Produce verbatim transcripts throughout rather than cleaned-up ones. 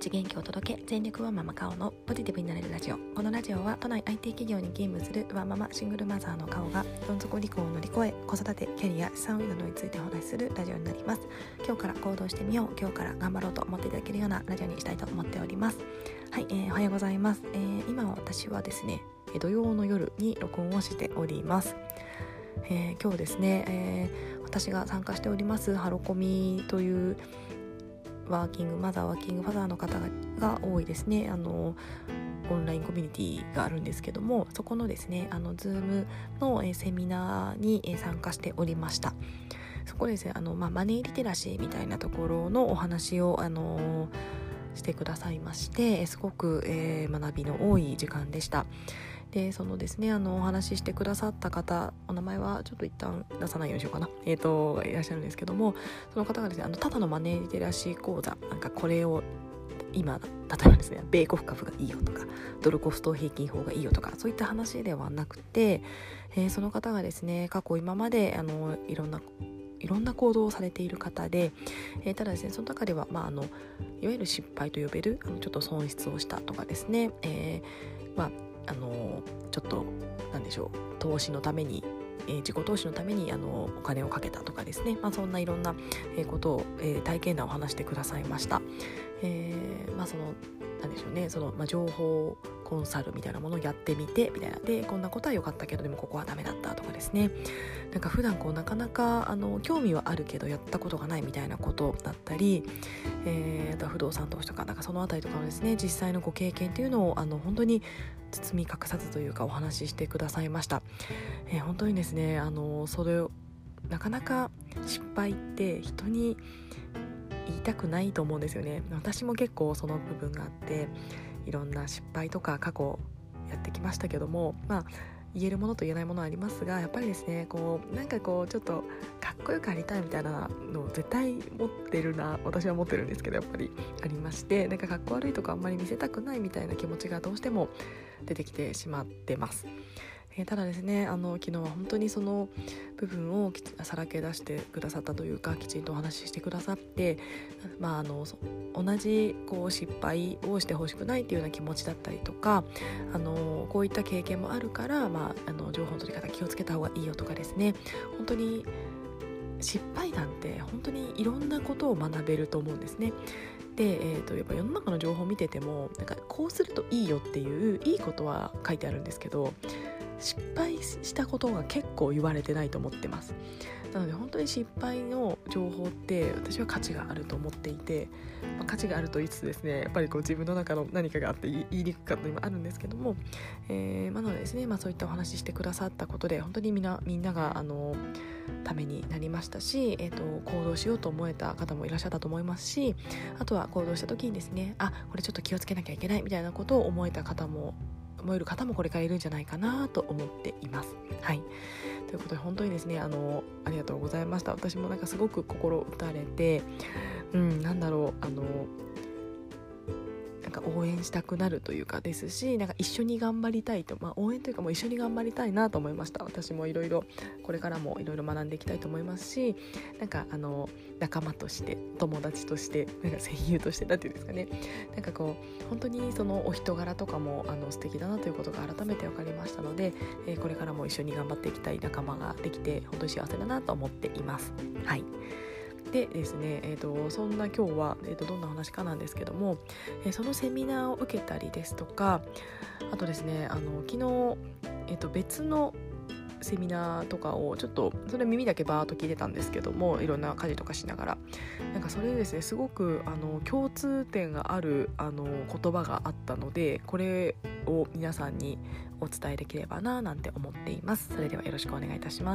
日元気を届け、全力ワンママカオのポジティブになれるラジオ。このラジオは都内 アイティー 企業に勤務するワンママシングルマザーのカオがどん底離婚を乗り越え、子育て、キャリア、資産運用などについてお話しするラジオになります。今日から行動してみよう、今日から頑張ろうと思っていただけるようなラジオにしたいと思っております。はい、えー、おはようございます。えー、今私はですね、土曜の夜に録音をしております。えー、今日ですね、えー、私が参加しておりますハロコミというワーキングマザーワーキングファザーの方が多いですね、あのオンラインコミュニティがあるんですけども、そこのですね、あのズームの、えー、セミナーに、えー、参加しておりました。そこでですね、あの、まあ、マネーリテラシーみたいなところのお話を、あのー、してくださいまして、すごく、えー、学びの多い時間でした。で、そのですね、あのお話ししてくださった方、お名前はちょっと一旦出さないようにしようかな、えーといらっしゃるんですけども、その方がですね、あのただのマネーリテラシー講座、なんかこれを今例えばですね、米国株がいいよとかドルコスト平均法がいいよとか、そういった話ではなくて、えー、その方がですね、過去今まであのいろんないろんな行動をされている方で、えー、ただですね、その中では、まあ、あのいわゆる失敗と呼べるあのちょっと損失をしたとかですね、えー、まああのちょっとなんでしょう、投資のために、えー、自己投資のためにあのお金をかけたとかですね、まあ、そんないろんな、えー、ことを、えー、体験談を話してくださいました。えー、まあそのなんでしょうね、その、まあ、情報コンサルみたいなものをやってみてみたいな、でこんなことは良かったけどでもここはダメだったとかですね、なんか普段こうなかなかあの興味はあるけどやったことがないみたいなことだったり、えー、あとは不動産投資とか、なんかそのあたりとかのですね、実際のご経験っていうのをあの本当に包み隠さずというかお話ししてくださいました。えー、本当にですね、あのそれをなかなか失敗って人に言いたくないと思うんですよね。私も結構その部分があって、いろんな失敗とか過去やってきましたけども、まあ言えるものと言えないものはありますが、やっぱりですね、こうなんかこうちょっとかっこよくありたいみたいなのを絶対持ってるな、私は持ってるんですけど、やっぱりありまして、なんかかっこ悪いとかあんまり見せたくないみたいな気持ちがどうしても出てきてしまってます。えー、ただですね、あの昨日は本当にその部分をさらけ出してくださったというか、きちんとお話ししてくださって、まあ、あの同じこう失敗をしてほしくないっていうような気持ちだったりとか、あのこういった経験もあるから、まあ、あの情報の取り方気をつけた方がいいよとかですね、本当に失敗なんて本当にいろんなことを学べると思うんですね。で、えーと、やっぱ世の中の情報を見てても、なんかこうするといいよっていういいことは書いてあるんですけど、失敗したことが結構言われてないと思ってます。なので本当に失敗の情報って私は価値があると思っていて、まあ、価値があると言いつつですね、やっぱりこう自分の中の何かがあって言いにくかったのもあるんですけども、えーまあ、なのでですね、まあ、そういったお話ししてくださったことで本当にみんなみんながあのためになりましたし、えーと、行動しようと思えた方もいらっしゃったと思いますし、あとは行動した時にですね、あ、これちょっと気をつけなきゃいけないみたいなことを思えた方も思える方もこれからいるんじゃないかなと思っています。はい、ということで本当にですね、あのありがとうございました。私もなんかすごく心打たれて、うん、なんだろう、あのなんか応援したくなるというかですし、なんか一緒に頑張りたいと、まあ、応援というかもう一緒に頑張りたいなと思いました。私もいろいろこれからもいろいろ学んでいきたいと思いますし、なんかあの仲間として友達としてなんか戦友としてなんていうんですかね、なんかこう本当にそのお人柄とかもあの素敵だなということが改めて分かりましたので、えー、これからも一緒に頑張っていきたい仲間ができて本当に幸せだなと思っています。はい。でですね、えーと、そんな今日は、えーと、どんな話かなんですけども、えー、そのセミナーを受けたりですとか、あとですね、あの昨日、えーと、別のセミナーとかをちょっとそれ耳だけバーっと聞いてたんですけども、いろんな家事とかしながら、なんかそれでですね、すごくあの共通点があるあの言葉があったので、これを皆さんにお伝えできればななんて思っています。それではよろしくお願いいたします。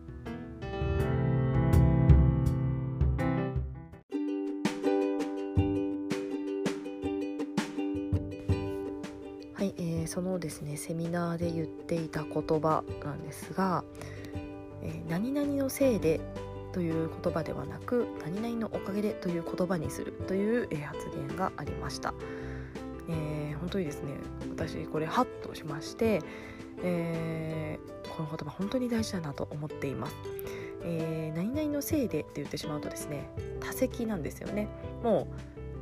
はい、えー、そのですねセミナーで言っていた言葉なんですが、えー、何々のせいでという言葉ではなく、何々のおかげでという言葉にするという、えー、発言がありました。えー、本当にですね、私これハッとしまして、えー、この言葉本当に大事だなと思っています。えー、何々のせいでって言ってしまうとですね、多責なんですよね。もう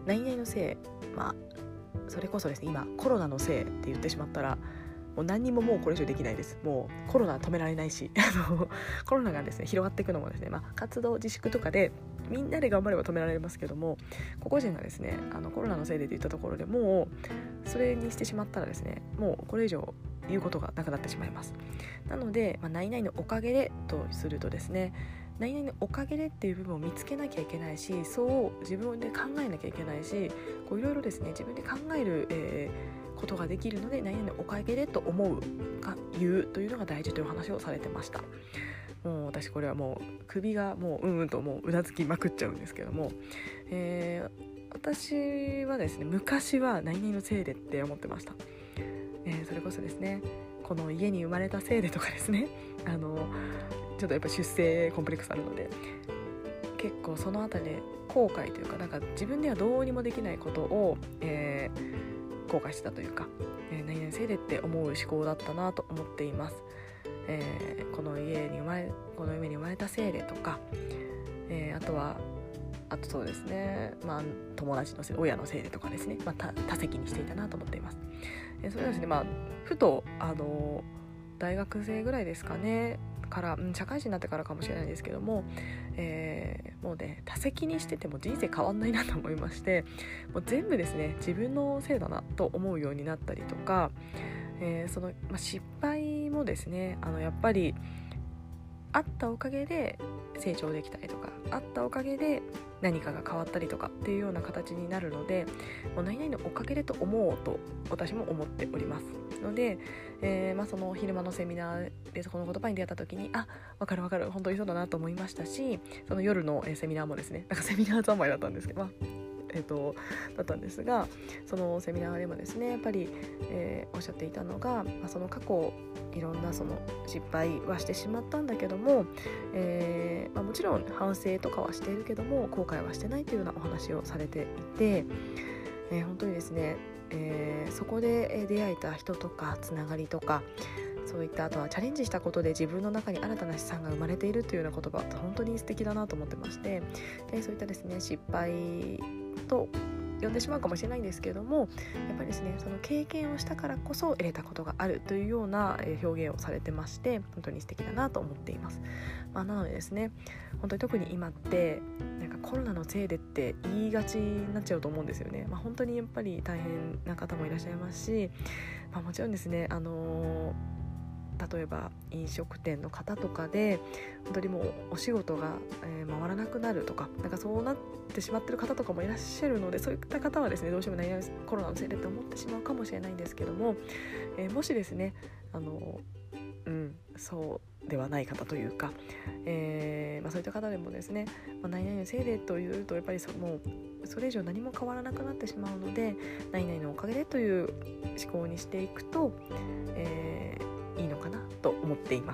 何々のせい、まあそれこそですね、今コロナのせいって言ってしまったらもう何にももうこれ以上できないです。もうコロナ止められないしあのコロナがですね広がっていくのもですね、まあ、活動自粛とかでみんなで頑張れば止められますけども、個々人がですねあのコロナのせいでって言ったところでもうそれにしてしまったらですね、もうこれ以上言うことがなくなってしまいます。なので、まあ、何々のおかげでとするとですね、何々のおかげでっていう部分を見つけなきゃいけないし、そう自分で考えなきゃいけないし、こういろいろですね自分で考える、えーことができるので、何々のおかげでと思うか言うというのが大事という話をされてました。もう私これはもう首がもううんうんともううなずきまくっちゃうんですけども、えー、私はですね昔は何々のせいでって思ってました。えー、それこそですねこの家に生まれたせいでとかですね、あのちょっとやっぱ出生コンプレックスあるので結構そのあたりで後悔というか、なんか自分ではどうにもできないことを、えー後悔してたというか、えー、何々せいでって思う思考だったなと思っています。えー、この家に生まれこの夢に生まれたせいでとか、えー、あとはあとそうですね、まあ、友達のせい親のせいでとかですね、まあ、多責にしていたなと思っています。えー、それはですね、まあ、ふとあの大学生ぐらいですかねから、うん、社会人になってからかもしれないですけども、えー、もうね多責にしてても人生変わんないなと思いまして、もう全部ですね自分のせいだなと思うようになったりとか、えー、その、まあ、失敗もですねあのやっぱりあったおかげで成長できたりとか、あったおかげで何かが変わったりとかっていうような形になるので、もう何々のおかげでと思おうと私も思っておりますので、えーまあ、その昼間のセミナーでこの言葉に出会った時にあ分かる分かる本当にそうだなと思いましたし、その夜のセミナーもですねなんかセミナー三昧だったんですけど、まあえー、とだったんですが、そのセミナーでもですねやっぱり、えー、おっしゃっていたのが、まあ、その過去いろんなその失敗はしてしまったんだけども、えーまあ、もちろん反省とかはしているけども後悔はしてないというようなお話をされていて、えー、本当にですね、えー、そこで出会えた人とかつながりとか、そういったあとはチャレンジしたことで自分の中に新たな資産が生まれているというような言葉って本当に素敵だなと思ってまして、えー、そういったですね失敗と呼んでしまうかもしれないんですけれども、やっぱりですねその経験をしたからこそ得れたことがあるというような表現をされてまして、本当に素敵だなと思っています。まあ、なのでですね本当に特に今ってなんかコロナのせいでって言いがちになっちゃうと思うんですよね。まあ、本当にやっぱり大変な方もいらっしゃいますし、まあ、もちろんですねあのー例えば飲食店の方とかで本当にもうお仕事が、えー、回らなくなるとか、なんかそうなってしまってる方とかもいらっしゃるので、そういった方はですねどうしても何々コロナのせいでって思ってしまうかもしれないんですけども、えー、もしですねあのうんそうではない方というか、えーまあ、そういった方でもですね、まあ、何々のせいでというとやっぱりそもうそれ以上何も変わらなくなってしまうので、何々のおかげでという思考にしていくと、えーいいのかなと思っています。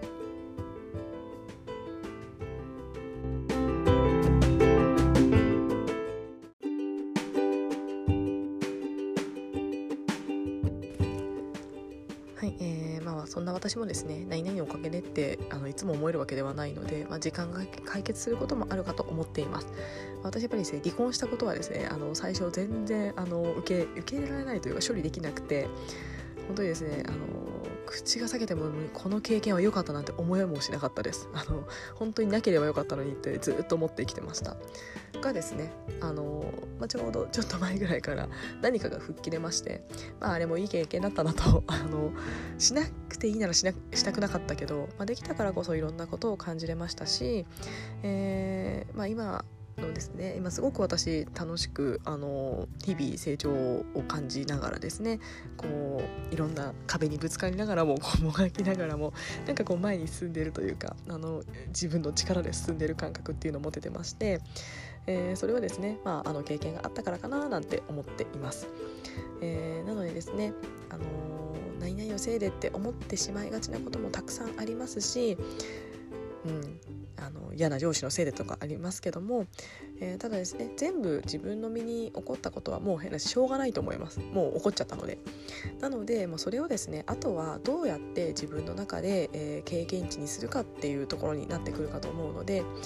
はい、えーまあ、そんな私もですね何々のおかげでってあのいつも思えるわけではないので、まあ、時間が解決することもあるかと思っています。私やっぱりですね離婚したことはですねあの最初全然あの受け、受け入れられないというか処理できなくて、本当にですねあの口が裂けてもこの経験は良かったなんて思いもしなかったです。あの本当になければよかったのにってずっと思って生きてましたがですねあの、まあ、ちょうどちょっと前ぐらいから何かが吹っ切れまして、まあ、あれもいい経験だったなとあのしなくていいならしなしたくなかったけど、まあ、できたからこそいろんなことを感じれましたし、えーまあ、今のですね今すごく私楽しくあの日々成長を感じながらですね、こういろんな壁にぶつかりながらもこうもがきながらもなんかこう前に進んでいるというか、あの自分の力で進んでいる感覚っていうのを持ててまして、えー、それはですね、まあ、あの経験があったからかななんて思っています。えー、なのでですねあの何々のせいでって思ってしまいがちなこともたくさんありますし、うんあの嫌な上司のせいでとかありますけども、えー、ただですね全部自分の身に起こったことはもう変なししょうがないと思います。もう起こっちゃったので、なのでもうそれをですねあとはどうやって自分の中で、えー、経験値にするかっていうところになってくるかと思うので、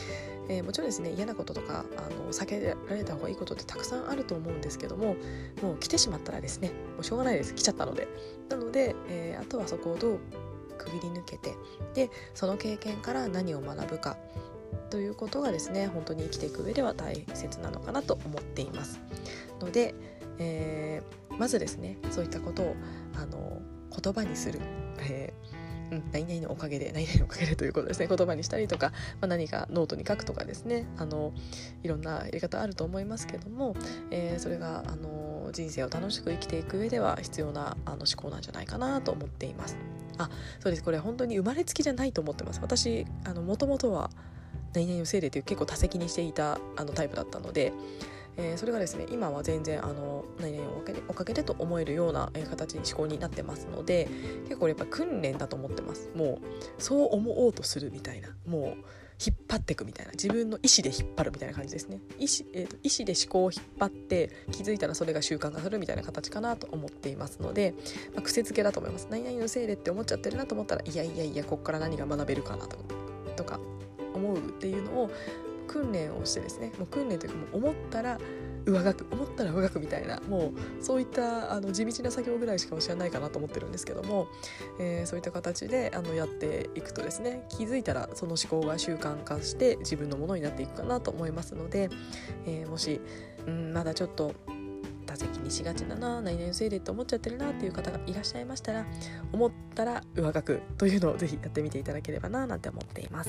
えー、もちろんですね、嫌なこととかあの避けられた方がいいことってたくさんあると思うんですけども、もう来てしまったらですね、もうしょうがないです。来ちゃったので。なので、えー、あとはそこをどう区切り抜けて、でその経験から何を学ぶかということがですね、本当に生きていく上では大切なのかなと思っていますので、えー、まずですね、そういったことをあの言葉にする、えーうん、何々のおかげで何々のおかげでということですね、言葉にしたりとか、まあ、何かノートに書くとかですね、あのいろんなやり方あると思いますけども、えー、それがあの人生を楽しく生きていく上では必要なあの思考なんじゃないかなと思っています。あ、そうです。これ本当に生まれつきじゃないと思ってます。私あの元々は何々のせいでという結構多責にしていたあのタイプだったので、えー、それがですね、今は全然あの何々のおかげで、おかげでと思えるような、えー、形に思考になってますので、結構やっぱ訓練だと思ってます。もうそう思おうとするみたいな、もう引っ張っていくみたいな、自分の意思で引っ張るみたいな感じですね。意思、えーと、意思で思考を引っ張って気づいたらそれが習慣化するみたいな形かなと思っていますので、まあ、癖づけだと思います。何々のせいでって思っちゃってるなと思ったら、いやいやいや、こっから何が学べるかなととか思うっていうのを訓練をしてですね、もう訓練というか、もう思ったら上書く、思ったら上書くみたいな、もうそういったあの地道な作業ぐらいしか知らないかなと思ってるんですけども、えー、そういった形であのやっていくとですね、気づいたらその思考が習慣化して自分のものになっていくかなと思いますので、えー、もし、うん、まだちょっと多責にしがちだな、何々のせいでって思っちゃってるなっていう方がいらっしゃいましたら、思ったら上書くというのをぜひやってみていただければななんて思っています。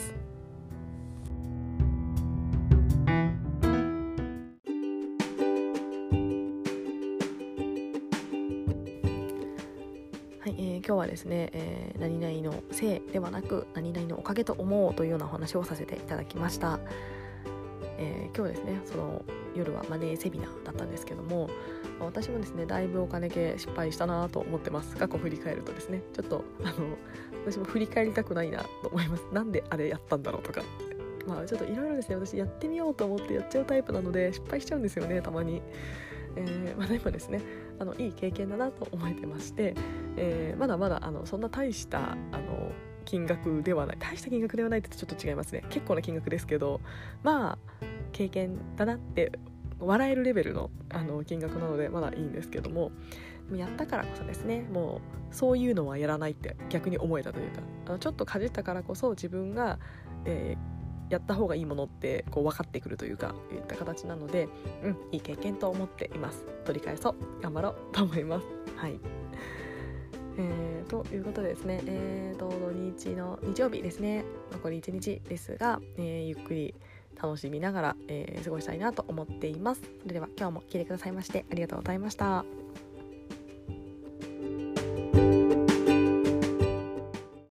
はい、えー、今日はですね、えー、何々のせいではなく何々のおかげと思おうというようなお話をさせていただきました。えー、今日ですね、その夜はマネーセミナーだったんですけども、私もですね、だいぶお金系失敗したなと思ってます。過去振り返るとですね、ちょっとあの私も振り返りたくないなと思います。なんであれやったんだろうとか、まあちょっといろいろですね、私やってみようと思ってやっちゃうタイプなので失敗しちゃうんですよね、たまに。えーまあ、でもですね、あのいい経験だなと思えてまして、えー、まだまだあのそんな大したあの金額ではない、大した金額ではないってちょっと違いますね。結構な金額ですけど、まあ経験だなって笑えるレベル の, あの金額なのでまだいいんですけども、やったからこそですね、もうそういうのはやらないって逆に思えたというか、あのちょっとかじったからこそ自分が、えーやった方がいいものってこう分かってくるというか、いった形なので、うん、いい経験と思っています。取り返そう、頑張ろうと思います。はい、えー、ということでですね、えーと土日の日曜日ですね、残りいちにちですが、えー、ゆっくり楽しみながら、えー、過ごしたいなと思っています。それでは今日も聞いてくださいましてありがとうございました。